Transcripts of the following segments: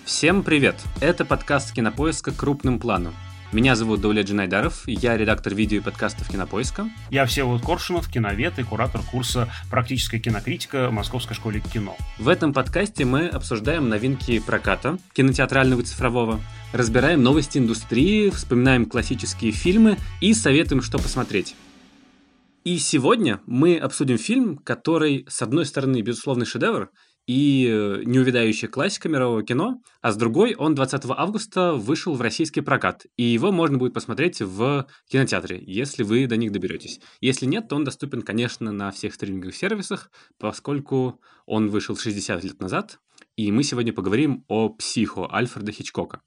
Всем привет! Это подкаст «Кинопоиска. Крупным планом». Меня зовут Даулет Джинайдаров, я редактор видео и подкастов «Кинопоиска». Я Всеволод Коршунов, киновед и куратор курса «Практическая кинокритика» в Московской школе кино. В этом подкасте мы обсуждаем новинки проката, кинотеатрального и цифрового, разбираем новости индустрии, вспоминаем классические фильмы и советуем, что посмотреть. И сегодня мы обсудим фильм, который, с одной стороны, безусловный шедевр и неувядающая классика мирового кино, а с другой он 20 августа вышел в российский прокат, и его можно будет посмотреть в кинотеатре, если вы до них доберетесь. Если нет, то он доступен, конечно, на всех стриминговых сервисах, поскольку он вышел 60 лет назад, и мы сегодня поговорим о «Психо» Альфреда Хичкока.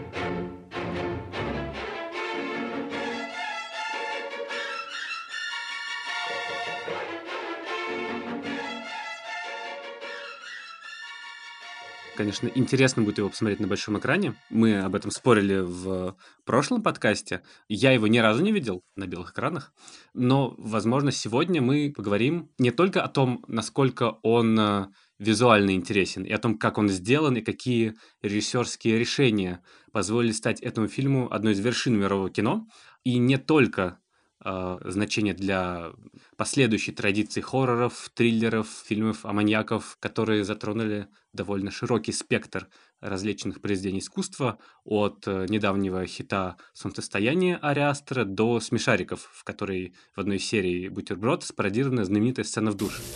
Конечно, интересно будет его посмотреть на большом экране. Мы об этом спорили в прошлом подкасте. Я его ни разу не видел на белых экранах. Но, возможно, сегодня мы поговорим не только о том, насколько он визуально интересен, и о том, как он сделан, и какие режиссерские решения позволили стать этому фильму одной из вершин мирового кино. И не только значение для последующей традиции хорроров, триллеров, фильмов о маньяках, которые затронули довольно широкий спектр различных произведений искусства, от недавнего хита «Солнцестояние» Ари Астера до «Смешариков», в которой в одной серии «Бутерброд» спародирована знаменитая сцена в душе.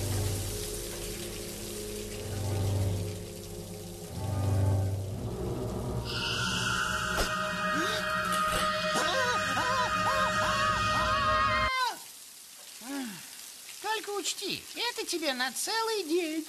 Учти, это тебе на целый день.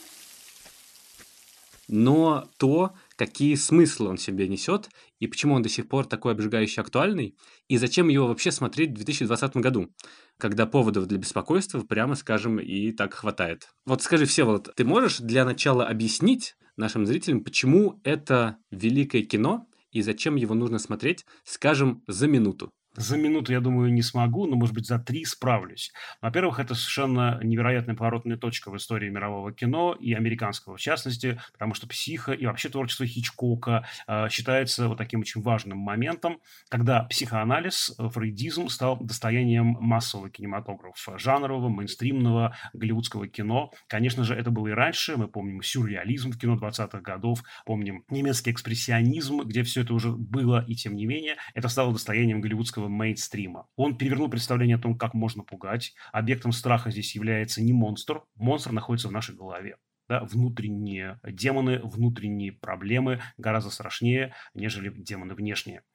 Но то, какие смыслы он в себе несет, и почему он до сих пор такой обжигающе актуальный, и зачем его вообще смотреть в 2020 году, когда поводов для беспокойства, прямо скажем, и так хватает. Вот скажи, Всеволод, ты можешь для начала объяснить нашим зрителям, почему это великое кино, и зачем его нужно смотреть, скажем, за минуту? За минуту, я думаю, не смогу, но, может быть, за 3 справлюсь. Во-первых, это совершенно невероятная поворотная точка в истории мирового кино и американского, в частности, потому что «Психо» и вообще творчество Хичкока считается вот таким очень важным моментом, когда психоанализ, фрейдизм стал достоянием массового кинематографа, жанрового, мейнстримного, голливудского кино. Конечно же, это было и раньше. Мы помним сюрреализм в кино 20-х годов, помним немецкий экспрессионизм, где все это уже было, и тем не менее, это стало достоянием голливудского мейнстрима. Он перевернул представление о том, как можно пугать. Объектом страха здесь является не монстр. Монстр находится в нашей голове. Да, внутренние демоны, внутренние проблемы гораздо страшнее, нежели демоны внешние.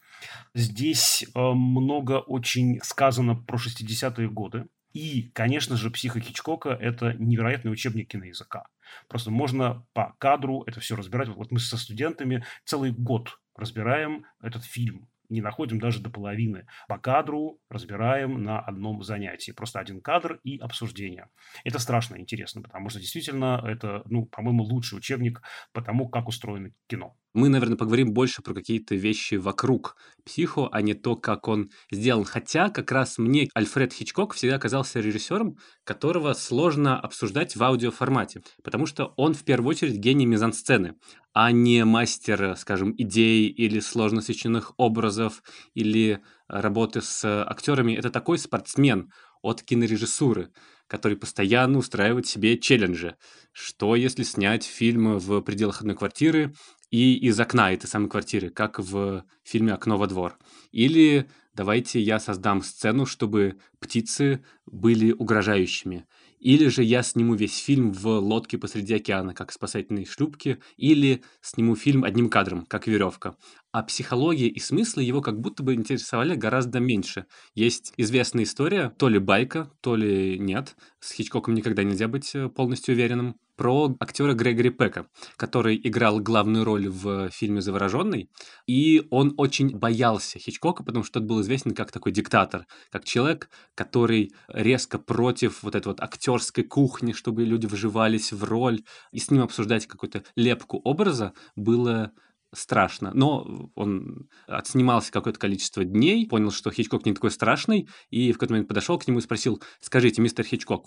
Здесь много очень сказано про 60-е годы. И, конечно же, «Психо» Хичкока – это невероятный учебник киноязыка. Просто можно по кадру это все разбирать. Вот мы со студентами целый год разбираем этот фильм. Не находим даже до половины. По кадру разбираем на одном занятии. Просто один кадр и обсуждение. Это страшно интересно, потому что действительно это, по-моему, лучший учебник по тому, как устроено кино. Мы, наверное, поговорим больше про какие-то вещи вокруг «Психо», а не то, как он сделан. Хотя как раз мне Альфред Хичкок всегда казался режиссером, которого сложно обсуждать в аудиоформате, потому что он в первую очередь гений мизансцены, а не мастер, скажем, идей или сложно сочиненных образов, или работы с актерами. Это такой спортсмен от кинорежиссуры, который постоянно устраивает себе челленджи. Что если снять фильм в пределах одной квартиры и из окна этой самой квартиры, как в фильме «Окно во двор». Или давайте я создам сцену, чтобы птицы были угрожающими. Или же я сниму весь фильм в лодке посреди океана, как спасательные шлюпки. Или сниму фильм одним кадром, как веревка. А психология и смыслы его как будто бы интересовали гораздо меньше. Есть известная история, то ли байка, то ли нет. С Хичкоком никогда нельзя быть полностью уверенным. Про актера Грегори Пека, который играл главную роль в фильме «Завороженный», и он очень боялся Хичкока, потому что он был известен как такой диктатор, как человек, который резко против вот этой вот актерской кухни, чтобы люди вживались в роль, и с ним обсуждать какую-то лепку образа было страшно. Но он отснимался какое-то количество дней, понял, что Хичкок не такой страшный, и в какой-то момент подошел к нему и спросил: «Скажите, мистер Хичкок, вот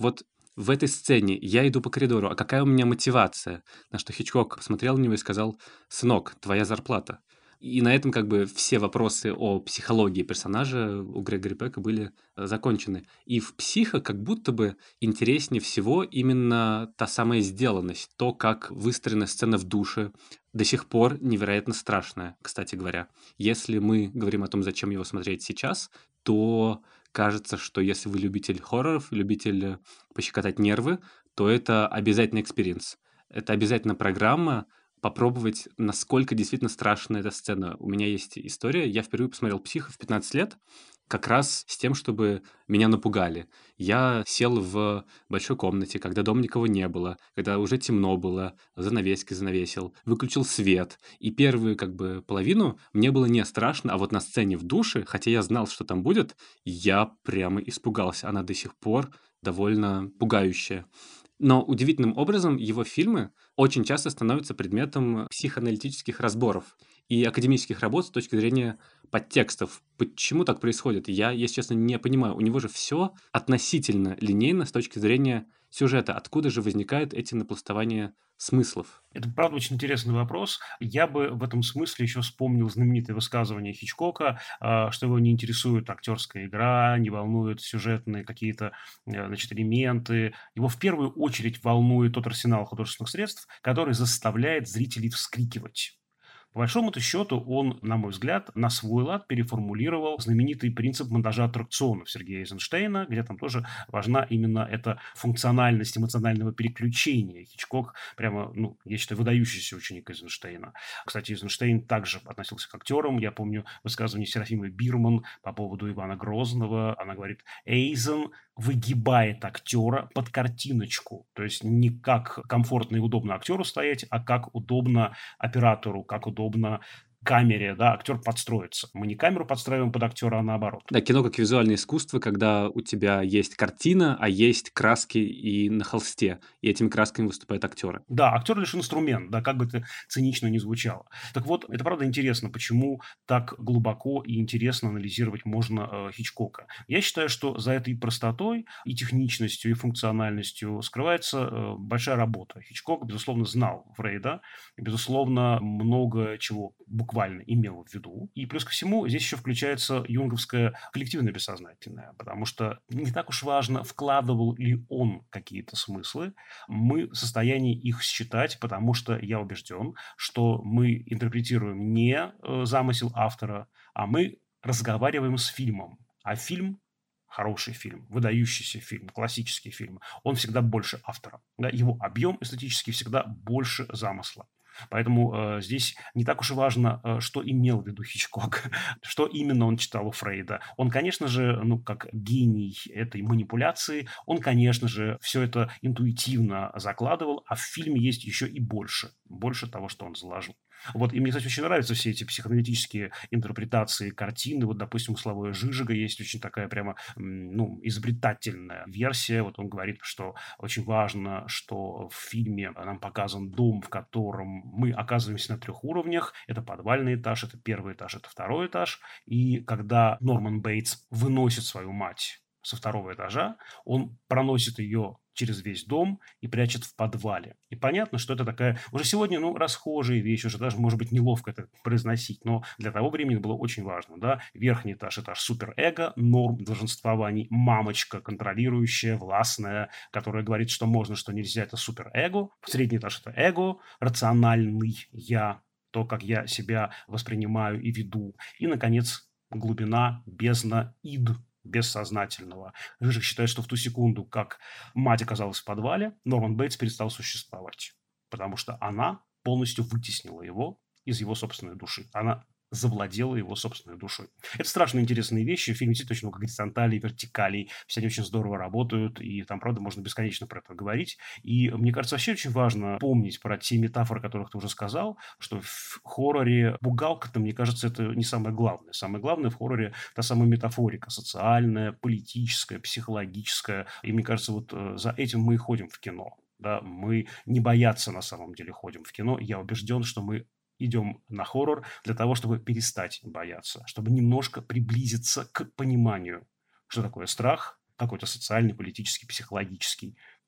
в этой сцене я иду по коридору, а какая у меня мотивация? На что Хичкок посмотрел на него и сказал: «Сынок, твоя зарплата». И на этом как бы все вопросы о психологии персонажа у Грегори Пека были закончены. И в «Психо» как будто бы интереснее всего именно та самая сделанность, то, как выстроена сцена в душе, до сих пор невероятно страшная, кстати говоря. Если мы говорим о том, зачем его смотреть сейчас, то кажется, что если вы любитель хорроров, любитель пощекотать нервы, то это обязательный экспириенс. Это обязательно программа, попробовать, насколько действительно страшна эта сцена. У меня есть история. Я впервые посмотрел «Психо» в 15 лет, как раз с тем, чтобы меня напугали. Я сел в большой комнате, когда дома никого не было, когда уже темно было, занавески занавесил, выключил свет. И первую как бы половину мне было не страшно, а вот на сцене в душе, хотя я знал, что там будет, я прямо испугался. Она до сих пор довольно пугающая. Но удивительным образом его фильмы очень часто становятся предметом психоаналитических разборов и академических работ с точки зрения подтекстов. Почему так происходит? Я, если честно, не понимаю. У него же все относительно линейно с точки зрения сюжета. Откуда же возникают эти напластования смыслов? Это, правда, очень интересный вопрос. Я бы в этом смысле еще вспомнил знаменитое высказывание Хичкока, что его не интересует актерская игра, не волнуют сюжетные какие-то значит, элементы. Его в первую очередь волнует тот арсенал художественных средств, который заставляет зрителей вскрикивать. По большому-то счету он, на мой взгляд, на свой лад переформулировал знаменитый принцип монтажа аттракционов Сергея Эйзенштейна, где там тоже важна именно эта функциональность эмоционального переключения. Хичкок прямо, ну, я считаю, выдающийся ученик Эйзенштейна. Кстати, Эйзенштейн также относился к актерам. Я помню высказывание Серафимы Бирман по поводу Ивана Грозного. Она говорит: Эйзен выгибает актера под картиночку. То есть не как комфортно и удобно актеру стоять, а как удобно оператору, как удобно камере, да, актер подстроится. Мы не камеру подстраиваем под актера, а наоборот. Да, кино как визуальное искусство, когда у тебя есть картина, а есть краски и на холсте, и этими красками выступают актеры. Да, актер лишь инструмент, да, как бы это цинично ни звучало. Так вот, это правда интересно, почему так глубоко и интересно анализировать можно Хичкока. Я считаю, что за этой простотой и техничностью, и функциональностью скрывается большая работа. Хичкок, безусловно, знал Фрейда, безусловно, много чего буквально имел в виду. И плюс ко всему, здесь еще включается юнговское коллективное бессознательное, потому что не так уж важно, вкладывал ли он какие-то смыслы, мы в состоянии их считать, потому что я убежден, что мы интерпретируем не замысел автора, а мы разговариваем с фильмом. А фильм, хороший фильм, выдающийся фильм, классический фильм, он всегда больше автора. Да? Его объем эстетически всегда больше замысла. Поэтому здесь не так уж и важно, что имел в виду Хичкок, что именно он читал у Фрейда. Он, конечно же, ну, как гений этой манипуляции, он, конечно же, все это интуитивно закладывал, а в фильме есть еще и больше того, что он заложил. Вот, и мне, кстати, очень нравятся все эти психоаналитические интерпретации картины. Вот, допустим, у Славоя Жижига есть очень такая прямо, ну, изобретательная версия. Вот он говорит, что очень важно, что в фильме нам показан дом, в котором мы оказываемся на 3 уровнях. Это подвальный этаж, это первый этаж, это второй этаж. И когда Норман Бейтс выносит свою мать со 2 этажа, он проносит ее через весь дом и прячет в подвале. И понятно, что это такая уже сегодня, ну, расхожая вещь, уже даже, может быть, неловко это произносить, но для того времени было очень важно, да. Верхний этаж – этаж суперэго, норм долженствований, мамочка контролирующая, властная, которая говорит, что можно, что нельзя – это суперэго. Средний этаж – это эго, рациональный я, то, как я себя воспринимаю и веду. И, наконец, глубина, бездна, ид, бессознательного. Жижик считает, что в ту секунду, как мать оказалась в подвале, Норман Бейтс перестал существовать, потому что она полностью вытеснила его из его собственной души. Она завладела его собственной душой. Это страшно интересные вещи. В фильме действительно очень много горизонталей, вертикалей. Все они очень здорово работают, и там, правда, можно бесконечно про это говорить. И мне кажется, вообще очень важно помнить про те метафоры, о которых ты уже сказал, что в хорроре пугалка-то, мне кажется, это не самое главное. Самое главное в хорроре та самая метафорика, социальная, политическая, психологическая. И мне кажется, вот за этим мы и ходим в кино. Да? Мы не бояться на самом деле ходим в кино. Я убежден, что мы идем на хоррор для того, чтобы перестать бояться, чтобы немножко приблизиться к пониманию, что такое страх, какой-то социальный, политический, психологический,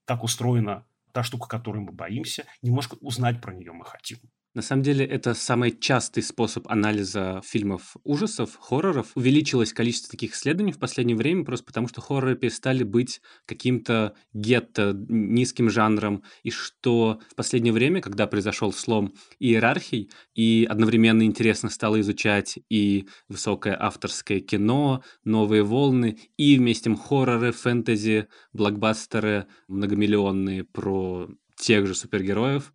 как устроена та штука, которой мы боимся, немножко узнать про нее мы хотим. На самом деле, это самый частый способ анализа фильмов ужасов, хорроров. Увеличилось количество таких исследований в последнее время просто потому, что хорроры перестали быть каким-то гетто, низким жанром, и что в последнее время, когда произошел слом иерархий, и одновременно интересно стало изучать и высокое авторское кино, новые волны, и вместе с тем хорроры, фэнтези, блокбастеры многомиллионные про тех же супергероев,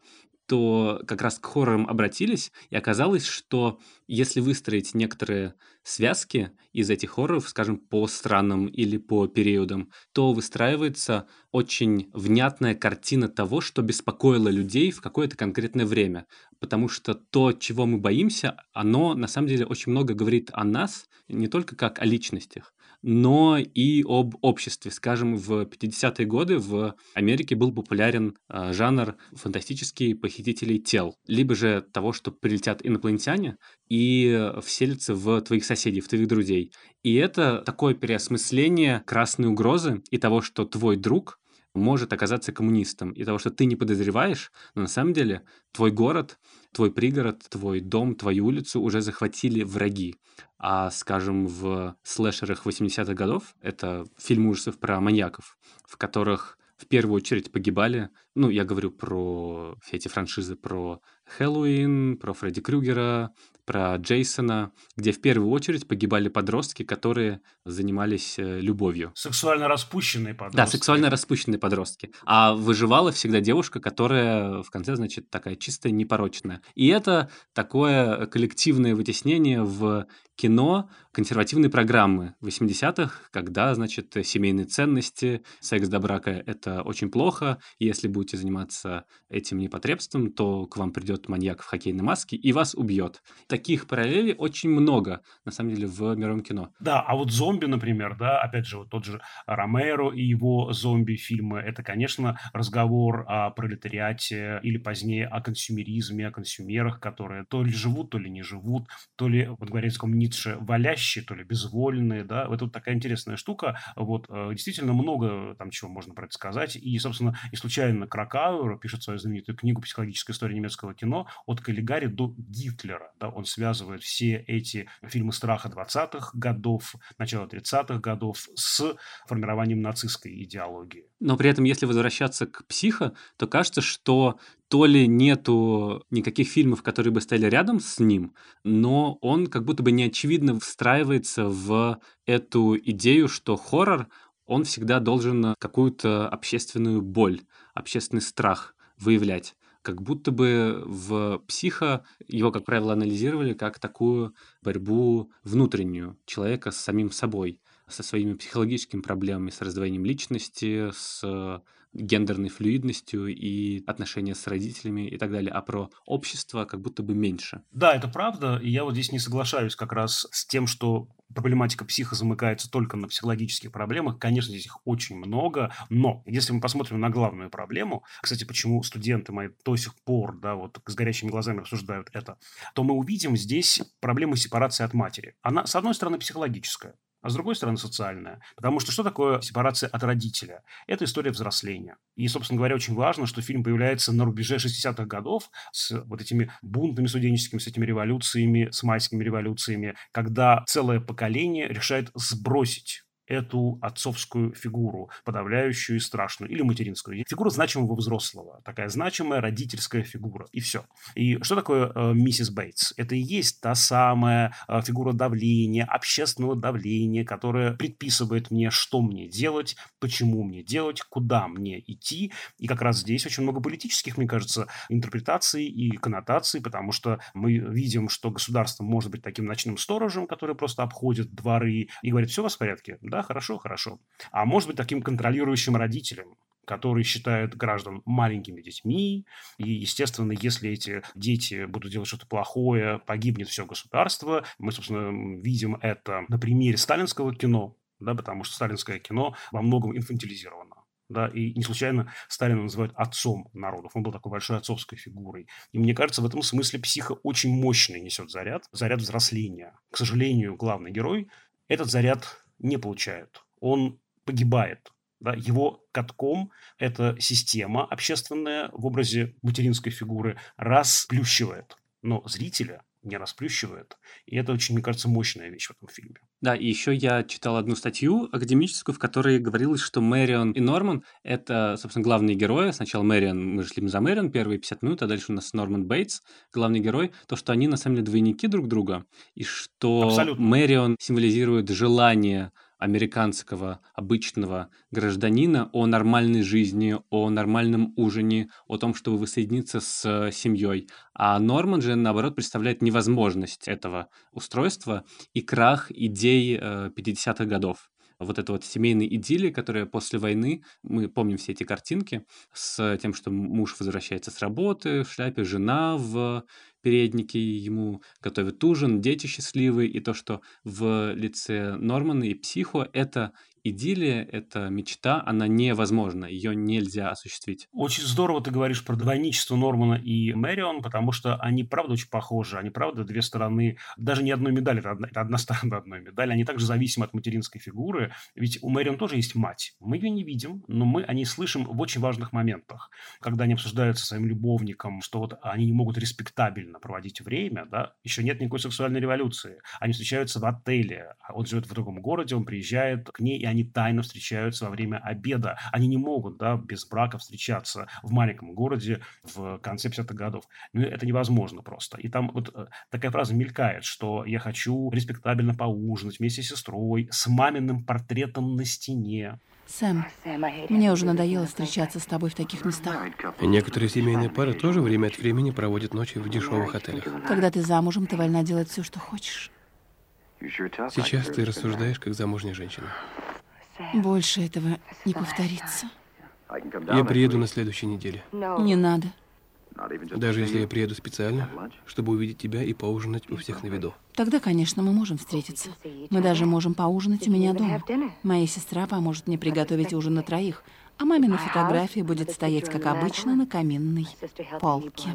то как раз к хоррорам обратились, и оказалось, что если выстроить некоторые связки из этих хорроров, скажем, по странам или по периодам, то выстраивается очень внятная картина того, что беспокоило людей в какое-то конкретное время. Потому что то, чего мы боимся, оно на самом деле очень много говорит о нас, не только как о личностях, но и об обществе. Скажем, в 50-е годы в Америке был популярен жанр фантастические похитители тел, либо же того, что прилетят инопланетяне и вселятся в твоих соседей, в твоих друзей. И это такое переосмысление красной угрозы и того, что твой друг может оказаться коммунистом, и того, что ты не подозреваешь, но на самом деле твой город, твой пригород, твой дом, твою улицу уже захватили враги. А, скажем, в слэшерах 80-х годов, это фильмы ужасов про маньяков, в которых в первую очередь погибали, ну, я говорю про все эти франшизы, про Хэллоуин, про Фредди Крюгера, про Джейсона, где в первую очередь погибали подростки, которые занимались любовью. Сексуально распущенные Да, подростки. сексуально распущенные подростки. А выживала всегда девушка, которая в конце, значит, такая чистая, непорочная. И это такое коллективное вытеснение в кино консервативной программы 80-х, когда, значит, семейные ценности, секс до брака – это очень плохо, и если будете заниматься этим непотребством, то к вам придет маньяк в хоккейной маске и вас убьет. Таких параллелей очень много, на самом деле, в мировом кино. Да, а вот зомби, например, да, опять же, вот тот же Ромеро и его зомби-фильмы, это, конечно, разговор о пролетариате или позднее о консюмеризме, о консюмерах, которые то ли живут, то ли не живут, то ли, вот говоря языком Ницше, валящие, то ли безвольные, да, это вот такая интересная штука, вот, действительно много там чего можно про это сказать, и, собственно, не случайно Кракауэр пишет свою знаменитую книгу «Психологическая история немецкого кино» от Каллигари до Гитлера, да, он связывает все эти фильмы страха 20-х годов, начала 30-х годов с формированием нацистской идеологии. Но при этом, если возвращаться к «Психо», то кажется, что то ли нету никаких фильмов, которые бы стояли рядом с ним, но он как будто бы неочевидно встраивается в эту идею, что хоррор, он всегда должен какую-то общественную боль, общественный страх выявлять. Как будто бы в «Психо» его, как правило, анализировали как такую борьбу внутреннюю человека с самим собой, со своими психологическими проблемами, с раздвоением личности, с гендерной флюидностью и отношения с родителями и так далее, а про общество как будто бы меньше. Да, это правда, и я вот здесь не соглашаюсь как раз с тем, что проблематика психа замыкается только на психологических проблемах. Конечно, здесь их очень много, но если мы посмотрим на главную проблему, кстати, почему студенты мои до сих пор, да, вот с горящими глазами обсуждают это, то мы увидим здесь проблему сепарации от матери. Она, с одной стороны, психологическая, а с другой стороны социальная. Потому что такое сепарация от родителя? Это история взросления. И, собственно говоря, очень важно, что фильм появляется на рубеже 60-х годов с вот этими бунтами студенческими, с этими революциями, с майскими революциями, когда целое поколение решает сбросить эту отцовскую фигуру, подавляющую и страшную, или материнскую. Фигура значимого взрослого, такая значимая родительская фигура, и все. И что такое миссис Бейтс? Это и есть та самая фигура давления, общественного давления, которая предписывает мне, что мне делать, почему мне делать, куда мне идти. И как раз здесь очень много политических, мне кажется, интерпретаций и коннотаций, потому что мы видим, что государство может быть таким ночным сторожем, который просто обходит дворы и говорит: все у вас в порядке? Да, хорошо, хорошо. А может быть таким контролирующим родителем, который считает граждан маленькими детьми, и, естественно, если эти дети будут делать что-то плохое, погибнет все государство. Мы, собственно, видим это на примере сталинского кино, да, потому что сталинское кино во многом инфантилизировано. Да, и не случайно Сталина называют отцом народов. Он был такой большой отцовской фигурой. И мне кажется, в этом смысле «Психо» очень мощный несет заряд взросления. К сожалению, главный герой этот заряд не получает. Он погибает Да, его катком эта система общественная в образе материнской фигуры расплющивает, но зрителя не расплющивает. И это очень, мне кажется, мощная вещь в этом фильме. Да, и еще я читал одну статью академическую, в которой говорилось, что Мэрион и Норман — это, собственно, главные герои. Сначала Мэрион, мы шли за Мэрион первые 50 минут, а дальше у нас Норман Бейтс, главный герой. То, что они, на самом деле, двойники друг друга, и что Абсолютно. Мэрион символизирует желание американского обычного гражданина о нормальной жизни, о нормальном ужине, о том, чтобы воссоединиться с семьей. А Норман же, наоборот, представляет невозможность этого устройства и крах идей 50-х годов. Вот это вот семейной идиллии, которая после войны, мы помним все эти картинки, с тем, что муж возвращается с работы в шляпе, жена в переднике, ему готовят ужин, дети счастливые, и то, что в лице Нормана и Психо это идиллия, эта мечта, она невозможна, ее нельзя осуществить. Очень здорово ты говоришь про двойничество Нормана и Мэрион, потому что они, правда, очень похожи. Они, правда, две стороны, даже не одной медали, это одна сторона одной медали. Они также зависимы от материнской фигуры. Ведь у Мэрион тоже есть мать. Мы ее не видим, но мы о ней слышим в очень важных моментах. Когда они обсуждают со своим любовником, что вот они не могут респектабельно проводить время, да, еще нет никакой сексуальной революции. Они встречаются в отеле, он живет в другом городе, он приезжает к ней, и они тайно встречаются во время обеда. Они не могут, да, без брака встречаться в маленьком городе в конце 50-х годов. Ну, это невозможно просто. И там вот такая фраза мелькает, что я хочу респектабельно поужинать вместе с сестрой, с маминым портретом на стене. Сэм, мне уже надоело встречаться с тобой в таких местах. И некоторые семейные пары тоже время от времени проводят ночи в дешевых отелях. Когда ты замужем, ты вольна делать все, что хочешь. Сейчас ты рассуждаешь как замужняя женщина. Больше этого не повторится. Я приеду на следующей неделе. Не надо. Даже если я приеду специально, чтобы увидеть тебя и поужинать у всех на виду. Тогда, конечно, мы можем встретиться. Мы даже можем поужинать у меня дома. Моя сестра поможет мне приготовить ужин на троих, а мамина фотография будет стоять, как обычно, на каминной полке.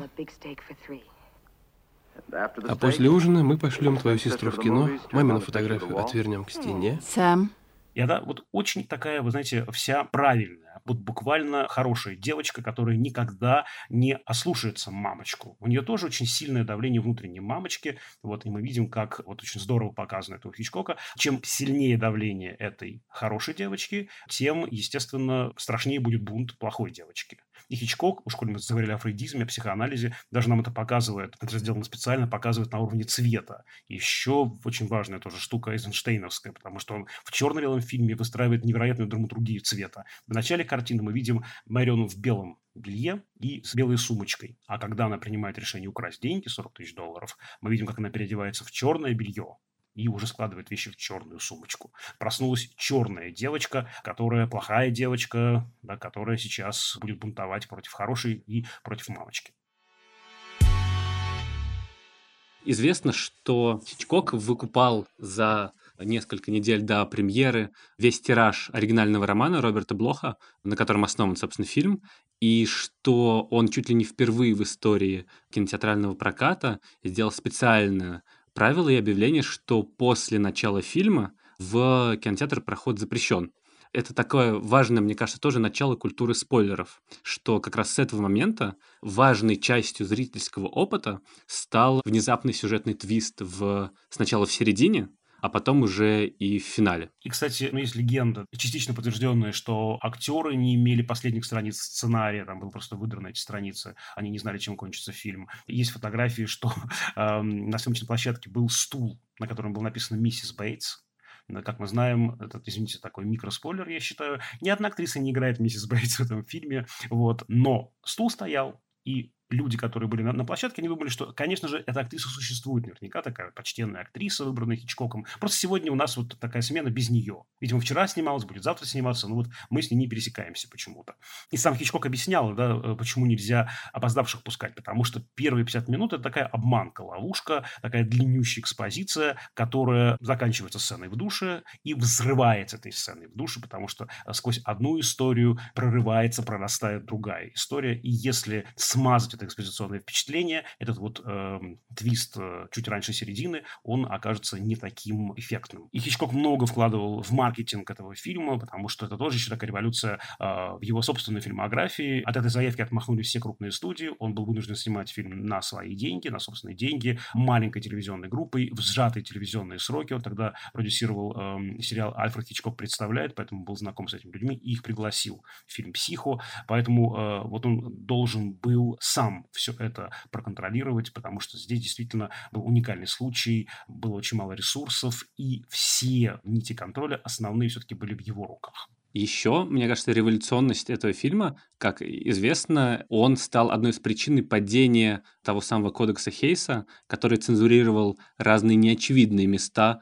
А после ужина мы пошлем твою сестру в кино, мамину фотографию отвернем к стене. Сэм, И она вот очень такая, вы знаете, вся правильная. Вот буквально хорошая девочка, которая никогда не ослушается мамочку. У нее тоже очень сильное давление внутренней мамочки. Вот, и мы видим, как вот очень здорово показано это у Хичкока. Чем сильнее давление этой хорошей девочки, тем, естественно, страшнее будет бунт плохой девочки. И Хичкок, уж коль мы заговорили о фрейдизме, о психоанализе, даже нам это показывает, это сделано специально, показывает на уровне цвета. И еще очень важная тоже штука эйзенштейновская, потому что он в черно-белом фильме выстраивает невероятную драматургию цвета. В начале картины мы видим Мэрион в белом белье и с белой сумочкой. А когда она принимает решение украсть деньги, $40 000, мы видим, как она переодевается в черное белье и уже складывает вещи в черную сумочку. Проснулась черная девочка, которая плохая девочка, да, которая сейчас будет бунтовать против хорошей и против мамочки. Известно, что Хичкок выкупал за несколько недель до премьеры весь тираж оригинального романа Роберта Блоха, на котором основан, собственно, фильм, и что он чуть ли не впервые в истории кинотеатрального проката сделал специальное правило и объявление, что после начала фильма в кинотеатр проход запрещен. Это такое важное, мне кажется, тоже начало культуры спойлеров, что как раз с этого момента важной частью зрительского опыта стал внезапный сюжетный твист сначала в середине, а потом уже и в финале. И, кстати, есть легенда, частично подтвержденная, что актеры не имели последних страниц сценария, там было просто выдраны эти страницы, они не знали, чем кончится фильм. Есть фотографии, что на съемочной площадке был стул, на котором было написано «Миссис Бейтс». Как мы знаем, это, извините, такой микроспойлер, я считаю. Ни одна актриса не играет миссис Бейтс в этом фильме, вот. Но стул стоял, и люди, которые были на площадке, они думали, что, конечно же, эта актриса существует наверняка, такая почтенная актриса, выбранная Хичкоком. Просто сегодня у нас вот такая смена без нее. Видимо, вчера снималась, будет завтра сниматься, но вот мы с ней не пересекаемся почему-то. И сам Хичкок объяснял, да, почему нельзя опоздавших пускать, потому что первые 50 минут – это такая обманка, ловушка, такая длиннющая экспозиция, которая заканчивается сценой в душе и взрывается этой сценой в душе, потому что сквозь одну историю прорывается, прорастает другая история. И если смазать это это экспозиционное впечатление, этот твист чуть раньше середины, он окажется не таким эффектным. И Хичкок много вкладывал в маркетинг этого фильма, потому что это тоже еще такая революция в его собственной фильмографии. От этой заявки отмахнулись все крупные студии. Он был вынужден снимать фильм на свои деньги, на собственные деньги, маленькой телевизионной группой, в сжатые телевизионные сроки. Он тогда продюсировал сериал «Альфред Хичкок представляет», поэтому был знаком с этими людьми и их пригласил в фильм «Психо». Поэтому он должен был сам все это проконтролировать, потому что здесь действительно был уникальный случай, было очень мало ресурсов, и все нити контроля основные все-таки были в его руках. Еще, мне кажется, революционность этого фильма, как известно, он стал одной из причин падения того самого кодекса Хейса, который цензурировал разные неочевидные места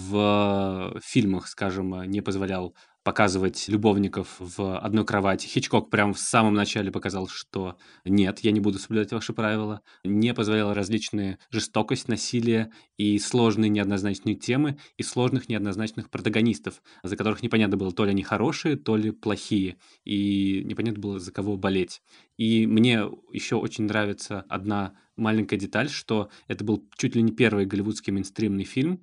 в фильмах, скажем, не позволял показывать любовников в одной кровати. Хичкок прямо в самом начале показал, что нет, я не буду соблюдать ваши правила. Не позволял различные жестокость, насилие и сложные неоднозначные темы, и сложных неоднозначных протагонистов, за которых непонятно было, то ли они хорошие, то ли плохие, и непонятно было, за кого болеть. И мне еще очень нравится одна маленькая деталь, что это был чуть ли не первый голливудский мейнстримный фильм,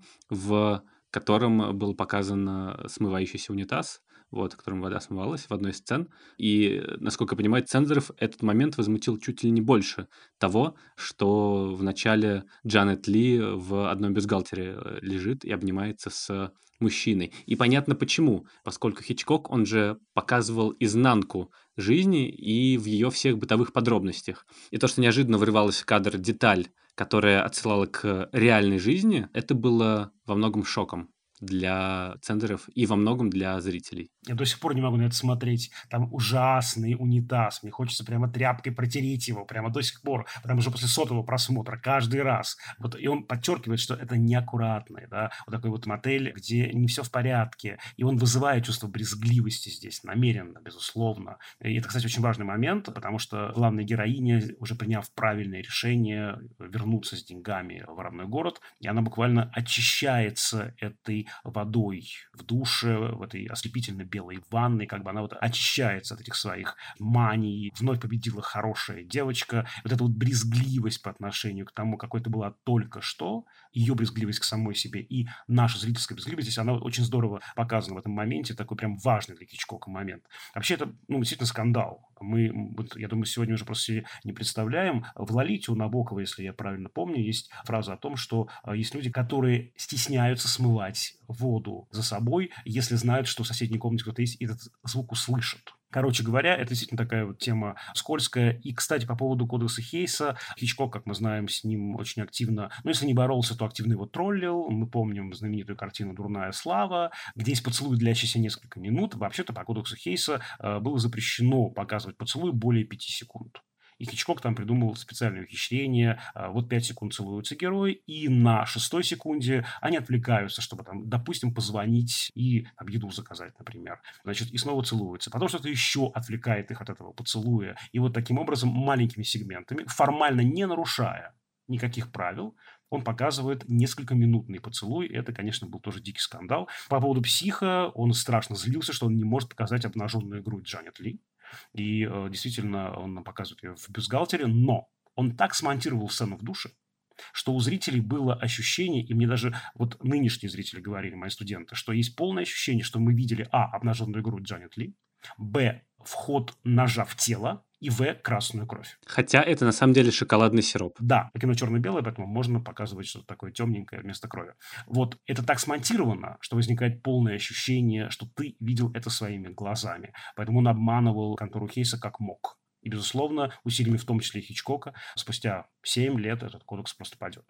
в котором был показан смывающийся унитаз, в котором вода смывалась в одной из сцен. И, насколько я понимаю, цензоров этот момент возмутил чуть ли не больше того, что в начале Джанет Ли в одном бюстгальтере лежит и обнимается с мужчиной. И понятно почему, поскольку Хичкок, он же показывал изнанку жизни и в ее всех бытовых подробностях. И то, что неожиданно вырывалась в кадр деталь, которая отсылала к реальной жизни, это было во многом шоком для цензоров и во многом для зрителей. Я до сих пор не могу на это смотреть. Там ужасный унитаз. Мне хочется прямо тряпкой протереть его. Прямо до сих пор. Потому что после 100-го просмотра каждый раз. И он подчеркивает, что это неаккуратный. Да? Вот такой мотель, где не все в порядке. И он вызывает чувство брезгливости здесь. Намеренно, безусловно. И это, кстати, очень важный момент. Потому что главная героиня, уже приняв правильное решение вернуться с деньгами в родной город, и она буквально очищается этой водой в душе, в этой ослепительной белой ванной, она очищается от этих своих маний, вновь победила хорошая девочка. Вот эта брезгливость по отношению к тому, какой ты была только что, ее брезгливость к самой себе и наша зрительская брезгливость, здесь она очень здорово показана в этом моменте, такой прям важный для Хичкока момент. Вообще это, действительно скандал. Я думаю, сегодня уже просто себе не представляем. В «Лолите» у Набокова, если я правильно помню, есть фраза о том, что есть люди, которые стесняются смывать воду за собой, если знают, что в соседней комнате кто-то есть, и этот звук услышат. Короче говоря, это действительно такая тема скользкая. И, кстати, по поводу кодекса Хейса, Хичкок, как мы знаем, с ним очень активно, если не боролся, то активно его троллил. Мы помним знаменитую картину «Дурная слава», где есть поцелуй, длящийся несколько минут. Вообще-то по кодексу Хейса было запрещено показывать поцелуй более 5 секунд. И Хичкок там придумал специальное ухищрение. 5 секунд целуются герои, и на 6-й секунде они отвлекаются, чтобы, допустим, позвонить и еду заказать, например. И снова целуются. Потом что-то еще отвлекает их от этого поцелуя. И таким образом, маленькими сегментами, формально не нарушая никаких правил, он показывает несколькоминутный поцелуй. Это, конечно, был тоже дикий скандал. По поводу «Психа» он страшно злился, что он не может показать обнаженную грудь Джанет Ли. И действительно, он показывает ее в бюстгальтере, но он так смонтировал сцену в душе, что у зрителей было ощущение, и мне даже нынешние зрители говорили, мои студенты, что есть полное ощущение, что мы видели обнаженную грудь Джанет Ли, вход ножа в тело, и красную кровь. Хотя это на самом деле шоколадный сироп. Да, кино черно-белое, поэтому можно показывать что-то такое темненькое вместо крови. Это так смонтировано, что возникает полное ощущение, что ты видел это своими глазами. Поэтому он обманывал контору Хейса как мог. И, безусловно, усилиями в том числе и Хичкока, спустя 7 лет этот кодекс просто падет.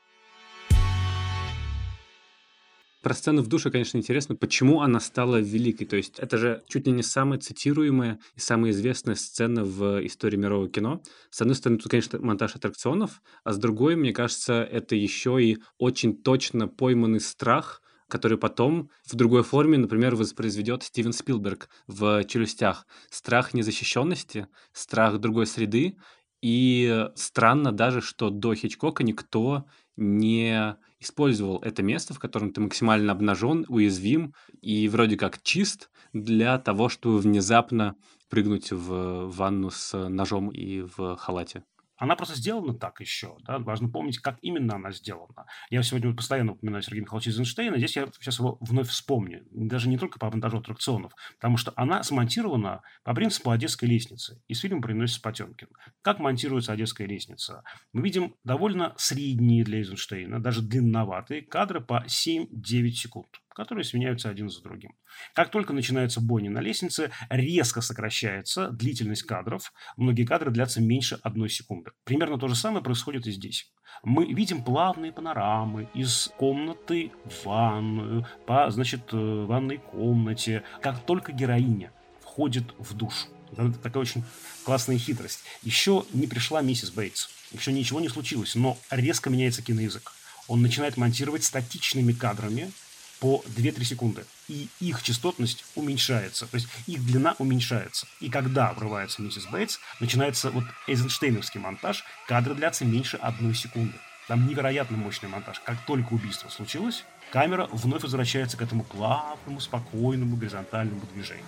Про сцену в душе, конечно, интересно, почему она стала великой. То есть это же чуть ли не самая цитируемая и самая известная сцена в истории мирового кино. С одной стороны, тут, конечно, монтаж аттракционов, а с другой, мне кажется, это еще и очень точно пойманный страх, который потом в другой форме, например, воспроизведет Стивен Спилберг в «Челюстях». Страх незащищенности, страх другой среды. И странно даже, что до Хичкока никто не использовал это место, в котором ты максимально обнажен, уязвим и вроде как чист для того, чтобы внезапно прыгнуть в ванну с ножом и в халате. она просто сделана так еще. Да? Важно помнить, как именно она сделана. Я сегодня постоянно упоминаю Сергея Михайловича Эйзенштейна. Здесь я сейчас его вновь вспомню. Даже не только по монтажу аттракционов, потому что она смонтирована по принципу «Одесской лестницы». Из фильма «Броненосец Потемкин». Как монтируется «Одесская лестница»? Мы видим довольно средние для Эйзенштейна, даже длинноватые кадры по 7-9 секунд, которые сменяются один за другим. Как только начинается бойня на лестнице, резко сокращается длительность кадров. Многие кадры длятся меньше 1 секунды. Примерно то же самое происходит и здесь. Мы видим плавные панорамы из комнаты в ванную, по, ванной комнате, как только героиня входит в душ. Это такая очень классная хитрость. Еще не пришла миссис Бейтс. Еще ничего не случилось, но резко меняется киноязык. Он начинает монтировать статичными кадрами по 2-3 секунды. И их частотность уменьшается. То есть их длина уменьшается. И когда врывается миссис Бейтс, начинается эйзенштейновский монтаж. Кадры длятся меньше 1 секунды. Там невероятно мощный монтаж. Как только убийство случилось, камера вновь возвращается к этому плавному, спокойному, горизонтальному движению.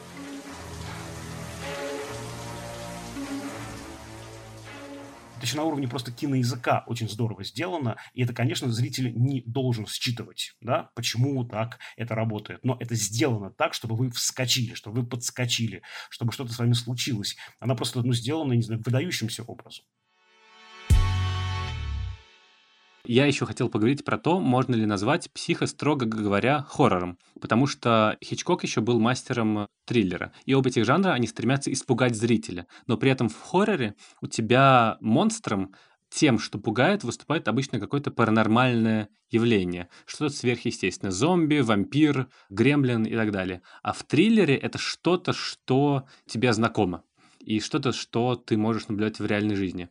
Это еще на уровне просто киноязыка очень здорово сделано. И это, конечно, зритель не должен считывать, да, почему так это работает. Но это сделано так, чтобы вы вскочили, чтобы вы подскочили, чтобы что-то с вами случилось. Она просто сделана, не знаю, выдающимся образом. Я еще хотел поговорить про то, можно ли назвать «Психо», строго говоря, хоррором, потому что Хичкок еще был мастером триллера, и оба этих жанра, они стремятся испугать зрителя, но при этом в хорроре у тебя монстром тем, что пугает, выступает обычно какое-то паранормальное явление, что-то сверхъестественное, зомби, вампир, гремлин и так далее. А в триллере это что-то, что тебе знакомо, и что-то, что ты можешь наблюдать в реальной жизни.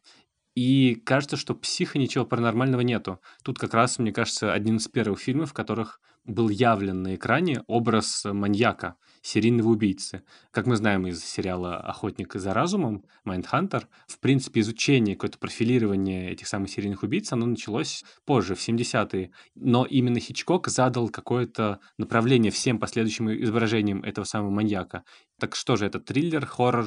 И кажется, что «Психо» ничего паранормального нету. Тут как раз, мне кажется, один из первых фильмов, в которых был явлен на экране образ маньяка, серийного убийцы. Как мы знаем из сериала «Охотник за разумом», «Майндхантер», в принципе, изучение, какое-то профилирование этих самых серийных убийц, оно началось позже, в 70-е. Но именно Хичкок задал какое-то направление всем последующим изображениям этого самого маньяка. Так что же это, триллер, хоррор,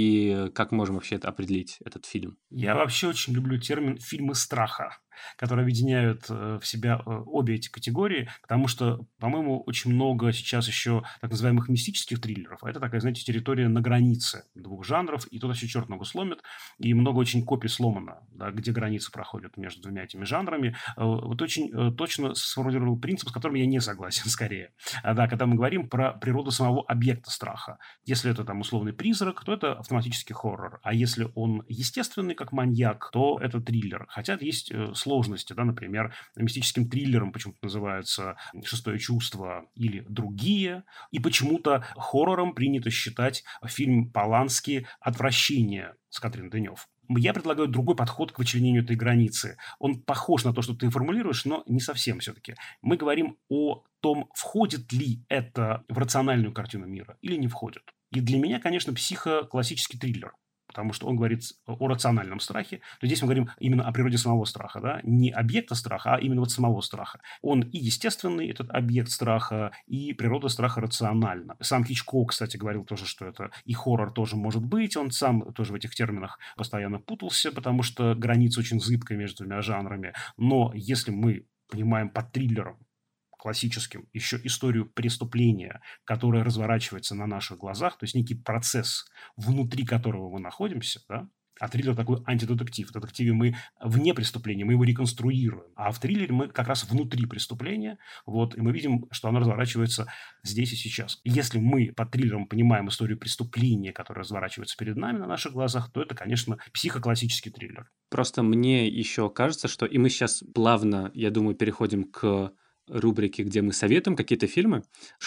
и как можем вообще это определить, этот фильм? Я вообще очень люблю термин «фильмы страха», которые объединяют в себя обе эти категории, потому что, по-моему, очень много сейчас еще так называемых мистических триллеров. А это такая, знаете, территория на границе двух жанров, и туда еще черт ногу сломит, и много очень копий сломано, да, где границы проходят между двумя этими жанрами. Вот очень точно сформулировал принцип, с которым я не согласен, скорее. Да, когда мы говорим про природу самого объекта страха. Если это там условный призрак, то это автоматически хоррор. А если он естественный, как маньяк, то это триллер. Хотя есть сложности, да, например, мистическим триллером почему-то называется «Шестое чувство» или другие. И почему-то хоррором принято считать фильм Полански «Отвращение» с Катрин Денев. Я предлагаю другой подход к вычленению этой границы. Он похож на то, что ты формулируешь, но не совсем все-таки. Мы говорим о том, входит ли это в рациональную картину мира или не входит. И для меня, конечно, «Психо» – классический триллер, потому что он говорит о рациональном страхе. То здесь мы говорим именно о природе самого страха, да? Не объекта страха, а именно вот самого страха. Он и естественный, этот объект страха, и природа страха рациональна. Сам Хичкок, кстати, говорил тоже, что это и хоррор тоже может быть. Он сам тоже в этих терминах постоянно путался, потому что граница очень зыбкая между двумя жанрами. Но если мы понимаем под триллером классическим еще историю преступления, которое разворачивается на наших глазах, то есть некий процесс, внутри которого мы находимся, да? А триллер такой антидетектив. В детективе мы вне преступления, мы его реконструируем. А в триллере мы как раз внутри преступления, вот, и мы видим, что оно разворачивается здесь и сейчас. И если мы под триллером понимаем историю преступления, которое разворачивается перед нами на наших глазах, то это, конечно, психоклассический триллер. Просто мне еще кажется, что, и мы сейчас плавно, я думаю, переходим к рубрики, где мы советуем какие-то фильмы,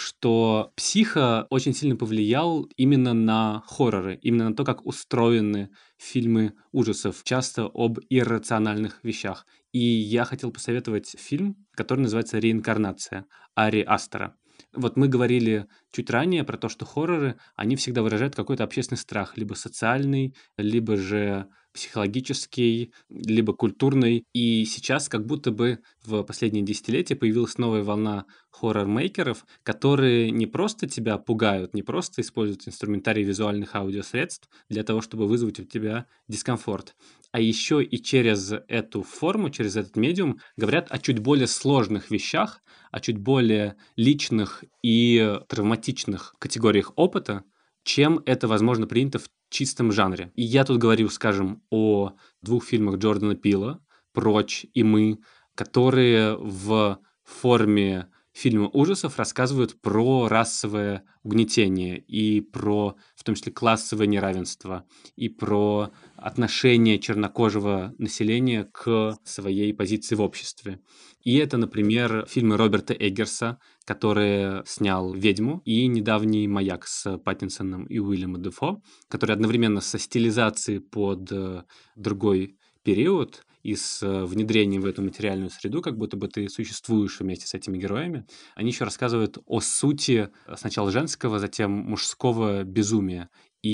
что «Психо» очень сильно повлиял именно на хорроры, именно на то, как устроены фильмы ужасов, часто об иррациональных вещах. И я хотел посоветовать фильм, который называется «Реинкарнация» Ари Астера. Вот мы говорили чуть ранее про то, что хорроры, они всегда выражают какой-то общественный страх, либо социальный, либо же психологический, либо культурный. И сейчас как будто бы в последние десятилетия появилась новая волна хоррор-мейкеров, которые не просто тебя пугают, не просто используют инструментарий визуальных аудиосредств для того, чтобы вызвать у тебя дискомфорт, а еще и через эту форму, через этот медиум говорят о чуть более сложных вещах, о чуть более личных и травматичных категориях опыта, чем это, возможно, принято в чистом жанре. И я тут говорю, скажем, о 2 фильмах Джордана Пила «Прочь» и «Мы», которые в форме фильма ужасов рассказывают про расовое угнетение и про, в том числе, классовое неравенство и про отношение чернокожего населения к своей позиции в обществе. И это, например, фильмы Роберта Эггерса, который снял «Ведьму», и недавний «Маяк» с Паттинсоном и Уильямом Дефо, который одновременно со стилизацией под другой период и с внедрением в эту материальную среду, как будто бы ты существуешь вместе с этими героями. Они еще рассказывают о сути сначала женского, затем мужского безумия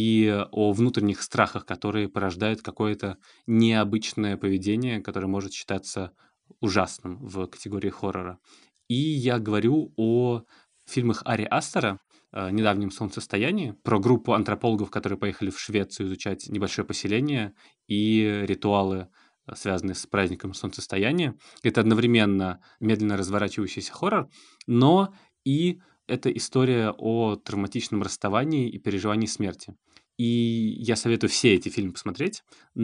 и о внутренних страхах, которые порождают какое-то необычное поведение, которое может считаться ужасным в категории хоррора. И я говорю о фильмах Ари Астера, недавнем «Солнцестоянии», про группу антропологов, которые поехали в Швецию изучать небольшое поселение и ритуалы, связанные с праздником солнцестояния. Это одновременно медленно разворачивающийся хоррор, но и это история о травматичном расставании и переживании смерти. И я советую все эти фильмы посмотреть,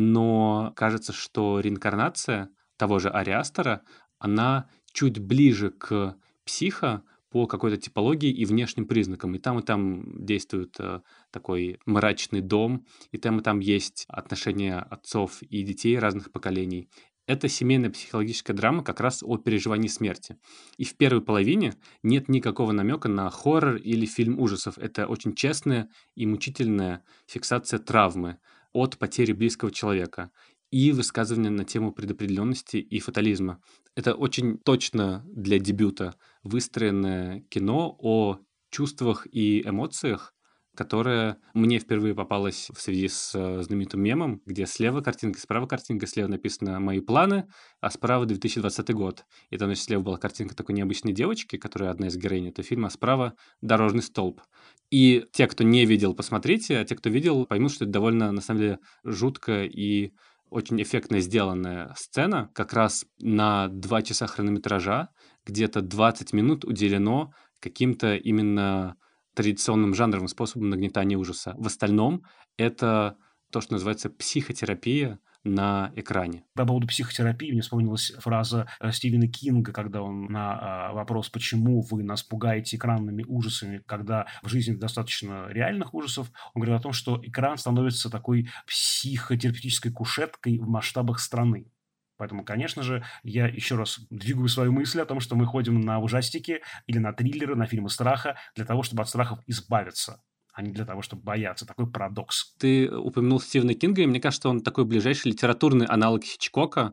но кажется, что реинкарнация того же Ари Астера, она чуть ближе к «Психо» по какой-то типологии и внешним признакам. И там действует такой мрачный дом, и там есть отношения отцов и детей разных поколений. Это семейная психологическая драма как раз о переживании смерти. И в первой половине нет никакого намека на хоррор или фильм ужасов. Это очень честная и мучительная фиксация травмы от потери близкого человека и высказывание на тему предопределенности и фатализма. Это очень точно для дебюта выстроенное кино о чувствах и эмоциях, которое мне впервые попалось в связи с знаменитым мемом, где слева картинка, справа картинка, слева написано «Мои планы», а справа 2020 год. И там, значит, слева была картинка такой необычной девочки, которая одна из героинь этого фильма, а справа «Дорожный столб». И те, кто не видел, посмотрите, а те, кто видел, поймут, что это довольно, на самом деле, жутко и очень эффектно сделанная сцена, как раз на 2 часа хронометража, где-то 20 минут уделено каким-то именно традиционным жанровым способом нагнетания ужаса. В остальном это то, что называется психотерапия на экране. По поводу психотерапии мне вспомнилась фраза Стивена Кинга, когда он на вопрос, почему вы нас пугаете экранными ужасами, когда в жизни достаточно реальных ужасов, он говорит о том, что экран становится такой психотерапевтической кушеткой в масштабах страны. Поэтому, конечно же, я еще раз двигаю свою мысль о том, что мы ходим на ужастики или на триллеры, на фильмы страха для того, чтобы от страхов избавиться, а не для того, чтобы бояться. Такой парадокс. Ты упомянул Стивена Кинга, и мне кажется, он такой ближайший литературный аналог Хичкока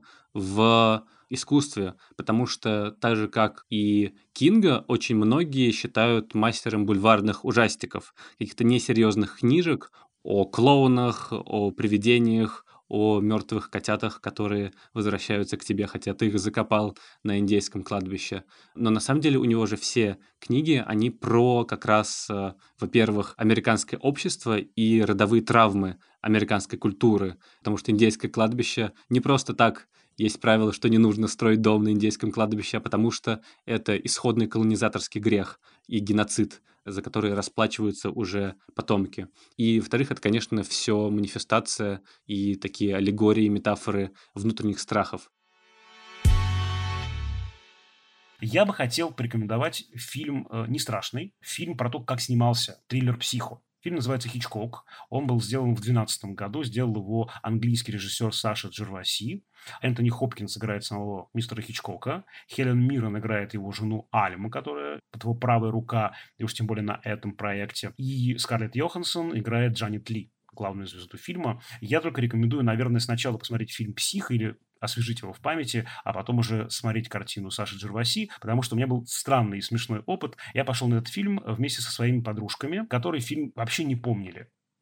в искусстве, потому что так же, как и Кинга, очень многие считают мастером бульварных ужастиков, каких-то несерьезных книжек о клоунах, о привидениях, о мертвых котятах, которые возвращаются к тебе, хотя ты их закопал на индейском кладбище. Но на самом деле у него же все книги, они про как раз, во-первых, американское общество и родовые травмы американской культуры, потому что индейское кладбище не просто так. Есть правило, что не нужно строить дом на индейском кладбище, потому что это исходный колонизаторский грех и геноцид, за который расплачиваются уже потомки. И, во-вторых, это, конечно, все манифестация и такие аллегории, метафоры внутренних страхов. Я бы хотел порекомендовать фильм не страшный, фильм про то, как снимался, триллер «Психо». Фильм называется «Хичкок». Он был сделан в 2012 году. Сделал его английский режиссер Саша Джерваси. Энтони Хопкинс играет самого мистера Хичкока. Хелен Миррен играет его жену Альму, которая его правая рука, и уж тем более на этом проекте. И Скарлетт Йоханссон играет Джанет Ли, главную звезду фильма. Я только рекомендую, наверное, сначала посмотреть фильм «Психо» или освежить его в памяти, а потом уже смотреть картину Саши Джерваси, потому что у меня был странный и смешной опыт. Я пошел на этот фильм вместе со своими подружками, которые фильм вообще не помнили.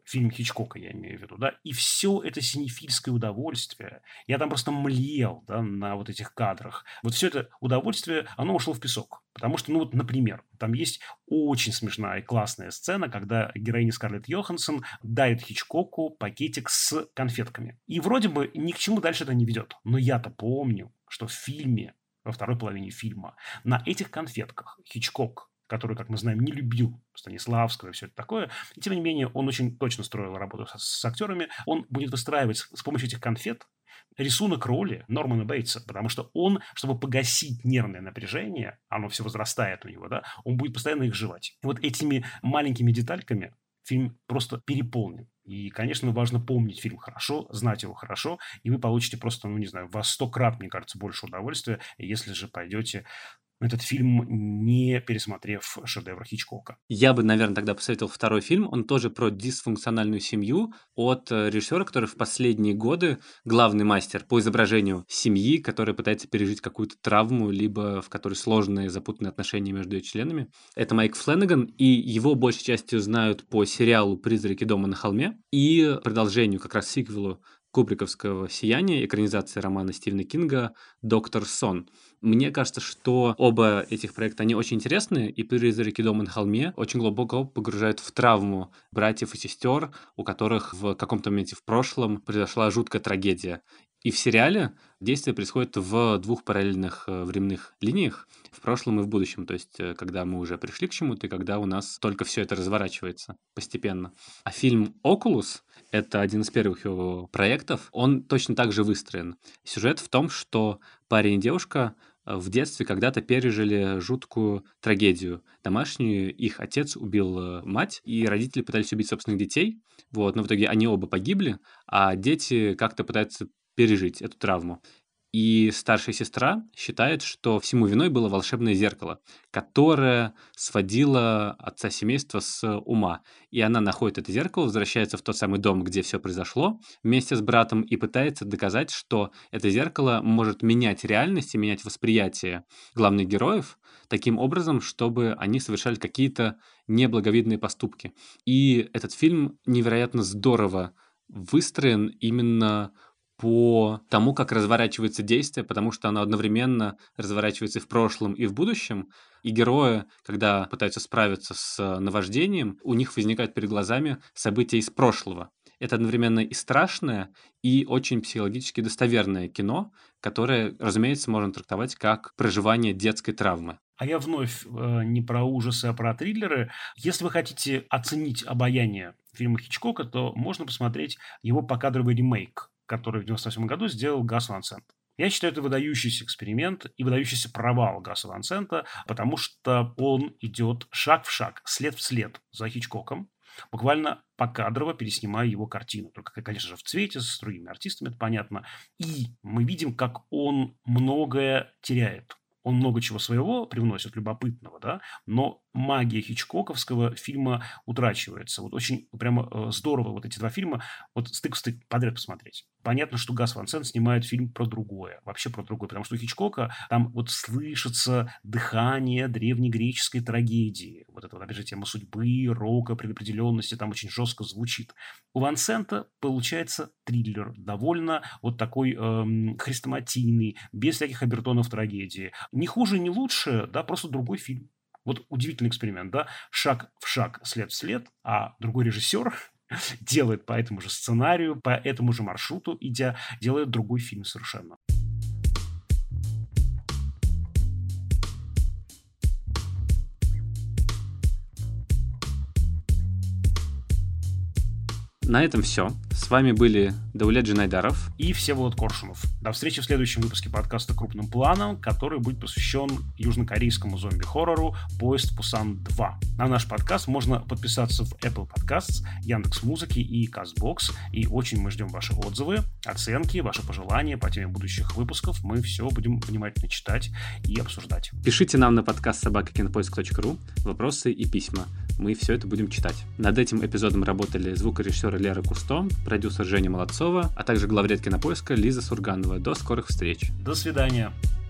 Фильм Хичкока, я имею в виду, да, и все это синефильское удовольствие, я там просто млел, да, на вот этих кадрах. Вот все это удовольствие, оно ушло в песок. Потому что, ну вот, например, там есть очень смешная и классная сцена, когда героиня Скарлетт Йоханссон дает Хичкоку пакетик с конфетками. И вроде бы ни к чему дальше это не ведет. Но я-то помню, что в фильме, во второй половине фильма, на этих конфетках Хичкок, который, как мы знаем, не любил Станиславского и все это такое. И, тем не менее, он очень точно строил работу с актерами. Он будет выстраивать с помощью этих конфет рисунок роли Нормана Бейтса, потому что он, чтобы погасить нервное напряжение, оно все возрастает у него, да, он будет постоянно их жевать. И вот этими маленькими детальками фильм просто переполнен. И, конечно, важно помнить фильм хорошо, знать его хорошо, и вы получите просто, ну, не знаю, во 100 крат, мне кажется, больше удовольствия, если же пойдете этот фильм, не пересмотрев шедевр Хичкока. Я бы, наверное, тогда посоветовал второй фильм. Он тоже про дисфункциональную семью от режиссера, который в последние годы главный мастер по изображению семьи, которая пытается пережить какую-то травму, либо в которой сложные запутанные отношения между ее членами. Это Майк Флэнеган, и его большей частью знают по сериалу «Призраки дома на холме» и продолжению, как раз сиквелу кубриковского «Сияния», экранизация романа Стивена Кинга «Доктор Сон». Мне кажется, что оба этих проекта, они очень интересные, и «Призраки дома на холме» очень глубоко погружают в травму братьев и сестер, у которых в каком-то моменте в прошлом произошла жуткая трагедия. И в сериале действие происходит в двух параллельных временных линиях, в прошлом и в будущем, то есть когда мы уже пришли к чему-то, и когда у нас только все это разворачивается постепенно. А фильм «Окулус» — это один из первых его проектов, он точно так же выстроен. Сюжет в том, что парень и девушка в детстве когда-то пережили жуткую трагедию домашнюю. Их отец убил мать, и родители пытались убить собственных детей, вот, но в итоге они оба погибли, а дети как-то пытаются пережить эту травму. И старшая сестра считает, что всему виной было волшебное зеркало, которое сводило отца семейства с ума. И она находит это зеркало, возвращается в тот самый дом, где все произошло, вместе с братом, и пытается доказать, что это зеркало может менять реальность и менять восприятие главных героев таким образом, чтобы они совершали какие-то неблаговидные поступки. И этот фильм невероятно здорово выстроен именно по тому, как разворачивается действие, потому что оно одновременно разворачивается и в прошлом, и в будущем. И герои, когда пытаются справиться с наваждением, у них возникают перед глазами события из прошлого. Это одновременно и страшное, и очень психологически достоверное кино, которое, разумеется, можно трактовать как проживание детской травмы. А я вновь не про ужасы, а про триллеры. Если вы хотите оценить обаяние фильма Хичкока, то можно посмотреть его покадровый ремейк, который в 1998 году сделал Гас Ван Сент. Я считаю, это выдающийся эксперимент и выдающийся провал Гаса Ван Сента, потому что он идет шаг в шаг, след в след за Хичкоком, буквально покадрово переснимая его картину. Только, конечно же, в цвете, с другими артистами, это понятно. И мы видим, как он многое теряет. Он много чего своего привносит, любопытного, да, но магия хичкоковского фильма утрачивается. Вот очень прямо здорово вот эти два фильма вот стык в стык подряд посмотреть. Понятно, что Гас Ван Сент снимает фильм про другое, вообще про другое, потому что у Хичкока там вот слышится дыхание древнегреческой трагедии. Вот это вот, опять же, тема судьбы, рока, предопределенности там очень жестко звучит. У Ван Сента получается триллер, довольно вот такой хрестоматийный, без всяких обертонов трагедии. Не хуже, не лучше, да, просто другой фильм. Вот удивительный эксперимент, да, шаг в шаг, след в след, а другой режиссер делает по этому же сценарию, по этому же маршруту, идя, делает другой фильм совершенно. На этом все. С вами были Даулет Джинайдаров и Всеволод Коршунов. До встречи в следующем выпуске подкаста «Крупным планом», который будет посвящен южнокорейскому зомби-хоррору «Поезд в Пусан 2». На наш подкаст можно подписаться в Apple Podcasts, Яндекс.Музыки и Castbox. И очень мы ждем ваши отзывы, оценки, ваши пожелания по теме будущих выпусков. Мы все будем внимательно читать и обсуждать. Пишите нам на подкаст @kinopоиск.ру вопросы и письма. Мы все это будем читать. Над этим эпизодом работали звукорежиссер Лера Кусто, продюсер Женя Молодцова, а также главред Кинопоиска Лиза Сурганова. До скорых встреч. До свидания.